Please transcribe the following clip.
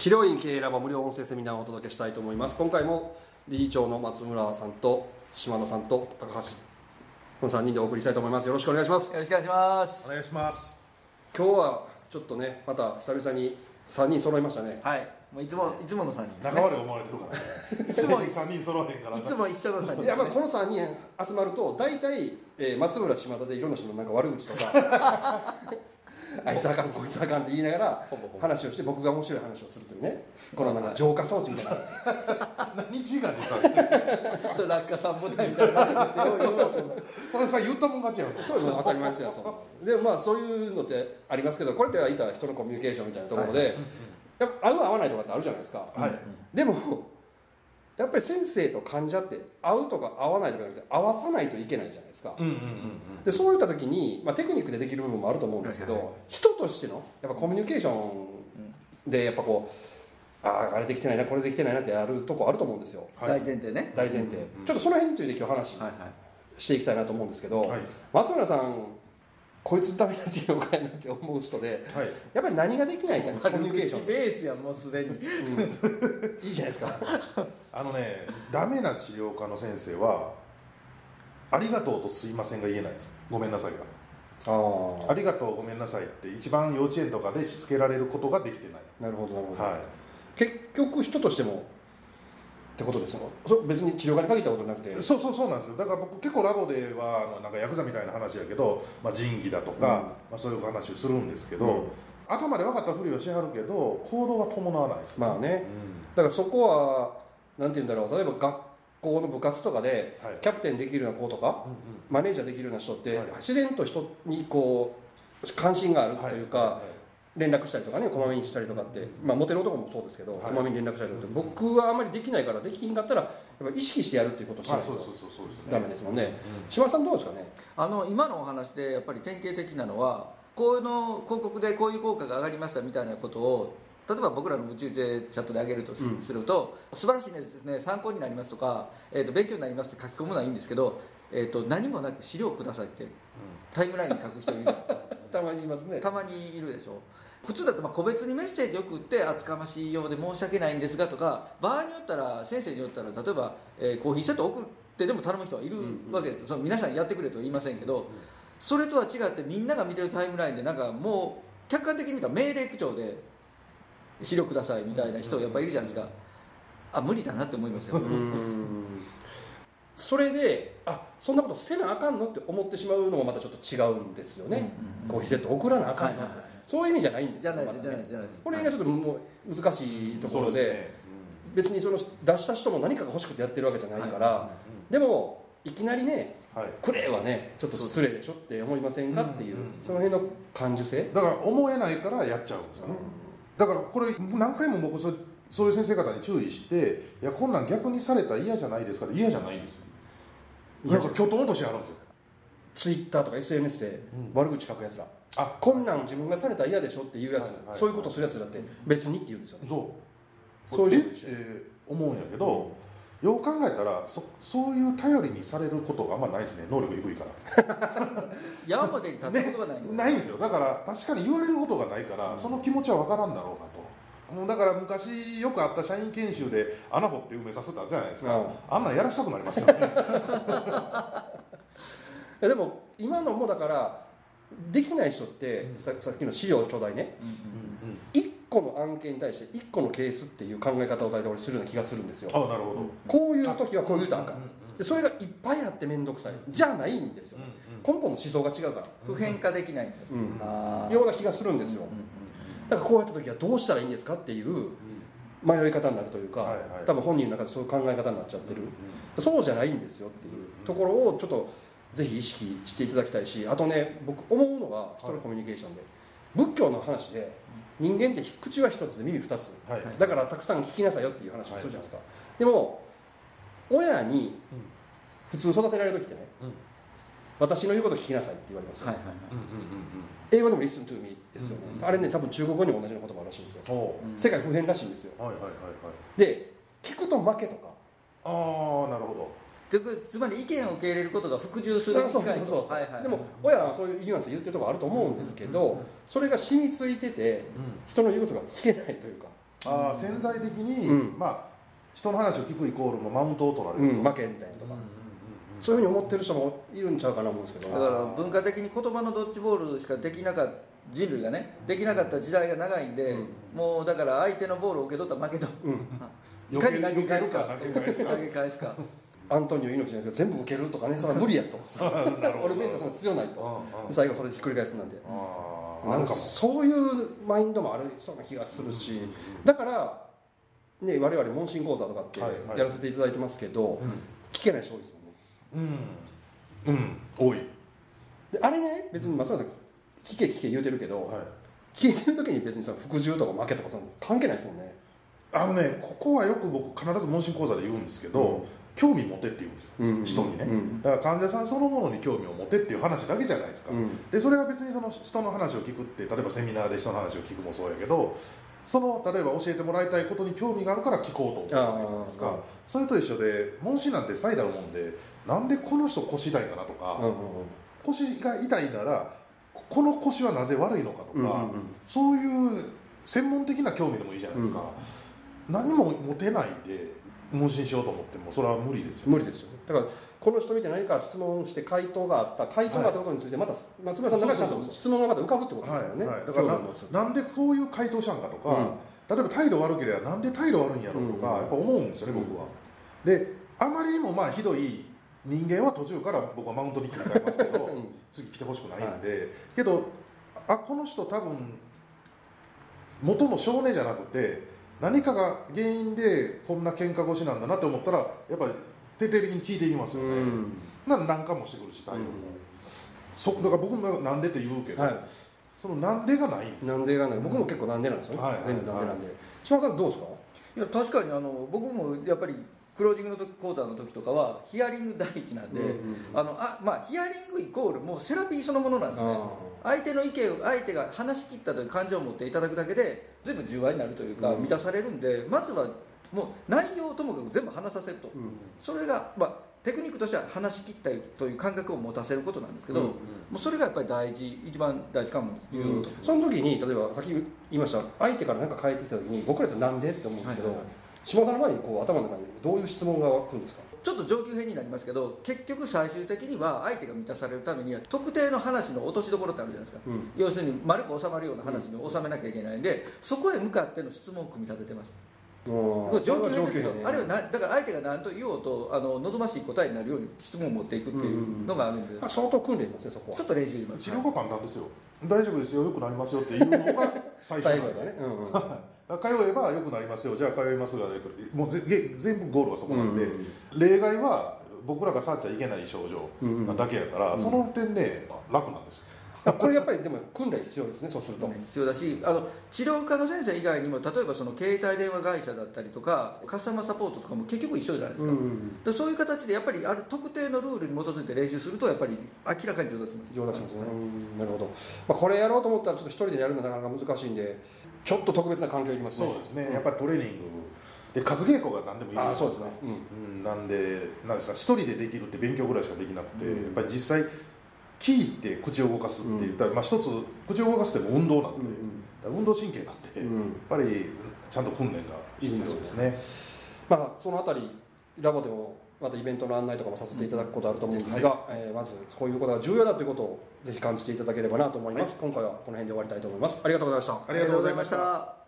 治療院経営ラボ無料音声セミナーをお届けしたいと思います。今回も理事長の松村さんと島野さんと高橋、この3人でお送りしたいと思います。よろしくお願いします。 よろしくお願いします。 お願いします。 今日はちょっとね、また久々に3人揃いましたね。 はい、もういつもの3人、ね、 仲悪い思われてるからね。いつも3人揃えへんからいつも一緒の3人、ね、 いや、まあこの3人集まると大体、松村島田でいろんな人のなんか悪口とかあいつあかんこいつあかんって言いながら話をして、僕が面白い話をするというね、このなんか浄化装置みたいな何自画自賛ですそれ落下散歩台みたいな話してよう言いますよね。 これさ言ったもん勝ちやん。 そういうの当たり前ですよ。そうでまあそういうのってありますけど、これって言ったら人のコミュニケーションみたいなところで、やっぱ合う合わないとかってあるじゃないですか、 はい、 でもやっぱり先生と患者って合うとか合わないとかじゃなくて合わさないといけないじゃないですか。でそういった時に、まあ、テクニックでできる部分もあると思うんですけど、人としてのやっぱコミュニケーションでやっぱこうあれできてないなこれできてないなってやるとこあると思うんですよ、 はい、大前提ね。 大前提、ちょっとその辺について今日話していきたいなと思うんですけど、はい、松村さんこいつダメな治療家になって思う人で、はい、やっぱり何ができないかね、コミュニケーションベースやもうすでに、 いいじゃないですか。 ダメな治療家の先生はありがとうとすいませんが言えないです。ごめんなさいがありがとうごめんなさいって一番幼稚園とかでしつけられることができてない。 なるほどなるほど、 はい、 結局人としてもってことですよ。別に治療家に限ったことなくて、 そうなんですよ。だから僕結構ラボではなんかヤクザみたいな話やけど、まあ、仁義だとか、そういう話をするんですけど、頭で分かったふりをしはるけど行動は伴わないです。 まあね、だからそこはなんて言うんだろう、例えば学校の部活とかでキャプテンできるような子とか、マネージャーできるような人って、自然と人にこう関心があるというか、連絡したりとかね、こまめにしたりとかって、まあ、モテる男もそうですけど、こまめに連絡したりとかって、僕はあんまりできないから、できひんかったらやっぱ意識してやるっていうことをしないとダメですもんね。島さんどうですかね。 今のお話でやっぱり典型的なのは、この広告でこういう効果が上がりましたみたいなことを例えば僕らの宇宙でチャットで上げるとすると、素晴らしいですね、参考になりますとか、勉強になりますって書き込むのはいいんですけど、何もなく資料くださいってタイムラインに書く人いるじゃないですか。 たまにいますね。 たまにいるでしょ。普通だと個別にメッセージを送って厚かましいようで申し訳ないんですがとか、場合によったら先生によったら例えば、コーヒーセット送ってでも頼む人はいるわけですよ。その皆さんやってくれとは言いませんけど、それとは違ってみんなが見てるタイムラインでなんかもう客観的に見たら命令口調で資料くださいみたいな人やっぱいるじゃないですか。無理だなって思いますよ。 それでそんなことせなあかんのって思ってしまうのもまたちょっと違うんですよね。コーヒーセット送らなあかんのって、そういう意味じゃないんですよ。これがちょっともう難しいところで、別にその出した人も何かが欲しくてやってるわけじゃないから、でもいきなりね、くれはねちょっと失礼でしょって思いませんかっていう、その辺の感受性だから思えないからやっちゃうんですよね。だからこれ何回も僕そういう先生方に注意して、いやこんなん逆にされたら嫌じゃないですかって、嫌じゃないんですって。なんかきょとんとしてあるんですよ。 ツイッターとか SNS で悪口書くやつら、こんなん自分がされたら嫌でしょっていうやつ、そういうことするやつだって別にって言うんですよね。 そういう人って思うんやけど、よう考えたらそういう頼りにされることがあんまないですね。能力低いから矢面に立つことがないんですよ、 ないんですよ。だから確かに言われることがないから、その気持ちは分からんだろうなと。もうだから昔よくあった社員研修で穴掘って埋めさせたじゃないですか、あんなんやらしたくなりますよねでも今のもだからできない人って、さっきの資料ちょうだいね、1個の案件に対して1個のケースっていう考え方を大体俺するような気がするんですよ。 なるほど。 こういう時はこういうとあかん、でそれがいっぱいあって面倒くさいじゃないんですよ、根本の思想が違うから普遍化できない、 ような気がするんですよ。だからこうやった時はどうしたらいいんですかっていう迷い方になるというか、多分本人の中でそういう考え方になっちゃってる、そうじゃないんですよっていうところをちょっとぜひ意識していただきたいし、あとね、僕思うのが人のコミュニケーションで、仏教の話で人間って口は一つで耳二つ、だからたくさん聞きなさいよっていう話をするじゃないですか。でも親に普通育てられる時ってね、私の言うこと聞きなさいって言われますよ、英語でも listen to me ですよね、あれね多分中国語にも同じような言葉らしいんですよ。世界普遍らしいんですよ。で聞くと負けとか、 なるほど。 つまり意見を受け入れることが服従するに近い。 でも親はそういうニュアンス言ってるところあると思うんですけど、それが染みついてて人の言うことが聞けないというか、 潜在的に、人の話を聞くイコールマウントを取られる、 負けみたいなとか、そういうふうに思ってる人もいるんちゃうかなと思うんですけど、 だから文化的に言葉のドッジボールしかできなかった人類がねできなかった時代が長いんで、もうだから相手のボールを受け取ったら負けと、いかに投げ返すかアントニオ猪木じゃないですけど全部受けるとかね、それは無理やと俺メンタル強ないと、最後それでひっくり返すなんで、なんかそういうマインドもあるそうな気がするし、だからね、我々問診講座とかってやらせていただいてますけど、聞けない人多いですもんね。 多いであれね、別に松村さん聞け言うてるけど、聞いてる時に別にその服従とか負けとかその関係ないですもんね。 ここはよく僕必ず問診講座で言うんですけど、興味持てって言うんですよ、人にね、だから患者さんそのものに興味を持てっていう話だけじゃないですか、でそれは別にその人の話を聞くって、例えばセミナーで人の話を聞くもそうやけど、その例えば教えてもらいたいことに興味があるから聞こうと思うわけじゃないですか。それと一緒で問診なんて最たるもんで、なんでこの人腰痛いかなとか、腰が痛いならこの腰はなぜ悪いのかとか、そういう専門的な興味でもいいじゃないですか、何も持てないで問診しようと思ってもそれは無理ですよ。 無理ですよ。だからこの人見て何か質問して回答があったことについてまた松村さんの中でちゃんと質問がまた浮かぶってことですよね。 だからなんでこういう回答したんかとか、例えば態度悪ければなんで態度悪いんやろうとか、やっぱ思うんですよね、僕は。であまりにもひどい人間は途中から僕はマウントに切り替えますけど次来てほしくないんで、けどこの人多分元の少年じゃなくて何かが原因でこんな喧嘩腰なんだなって思ったらやっぱり徹底的に聞いていきますよね。何回もしてくるし態度も、だから僕もなんでって言うけど、そのなんでがないんですよ。 なんでがない、僕も結構なんでなんですよね、全部なんでなんで。島田さんどうですか？ いや確かに僕もやっぱりクロージングの講座の時とかはヒアリング第一なんで、ヒアリングイコールもうセラピーそのものなんですね。相手の意見を相手が話し切ったという感情を持っていただくだけで全部10話になるというか満たされるんで、まずはもう内容をともかく全部話させると、それがテクニックとしては話し切ったという感覚を持たせることなんですけど、もうそれがやっぱり一番大事かもです。 その時に例えばさっき言いました相手から何か返ってきた時に僕らってなんでって思うんですけど、島田さんの場合に頭の中にどういう質問が湧くんですか？ ちょっと上級編になりますけど、結局最終的には相手が満たされるためには特定の話の落としどころってあるじゃないですか、要するに丸く収まるような話に収めなきゃいけないんで、そこへ向かっての質問を組み立ててます。上級編ですけど、あれはだから相手が何と言おうと望ましい答えになるように質問を持っていくっていうのがあるんで、 相当訓練ですね。そこはちょっと練習します。 治療が簡単ですよ。大丈夫ですよ、よくなりますよっていうのが最初だね。 通えばよくなりますよ、じゃあ通いますが、もう全部ゴールはそこなんで、例外は僕らが触っちゃいけない症状なだけやから、その点で楽なんですよ。 これやっぱりでも訓練必要ですね。そうすると必要だし、治療科の先生以外にも例えばその携帯電話会社だったりとかカスタマーサポートとかも結局一緒じゃないですか、でそういう形でやっぱりある特定のルールに基づいて練習するとやっぱり明らかに上達します。 上達しますね。なるほど。これやろうと思ったらちょっと一人でやるのはなかなか難しいんで、ちょっと特別な環境いりますね。 そうですね。やっぱりトレーニングで数稽古が何でもいいです。 そうですね。 なんですか、一人でできるって勉強ぐらいしかできなくて、やっぱり実際聞いて口を動かすって言ったら、一つ口を動かすっても運動なんで、運動神経なんで、やっぱりちゃんと訓練が必要ですね。 そのあたりラボでもまたイベントの案内とかもさせていただくことあると思うんですが、まずこういうことが重要だということをぜひ感じていただければなと思います。今回はこの辺で終わりたいと思います。ありがとうございました。 ありがとうございました。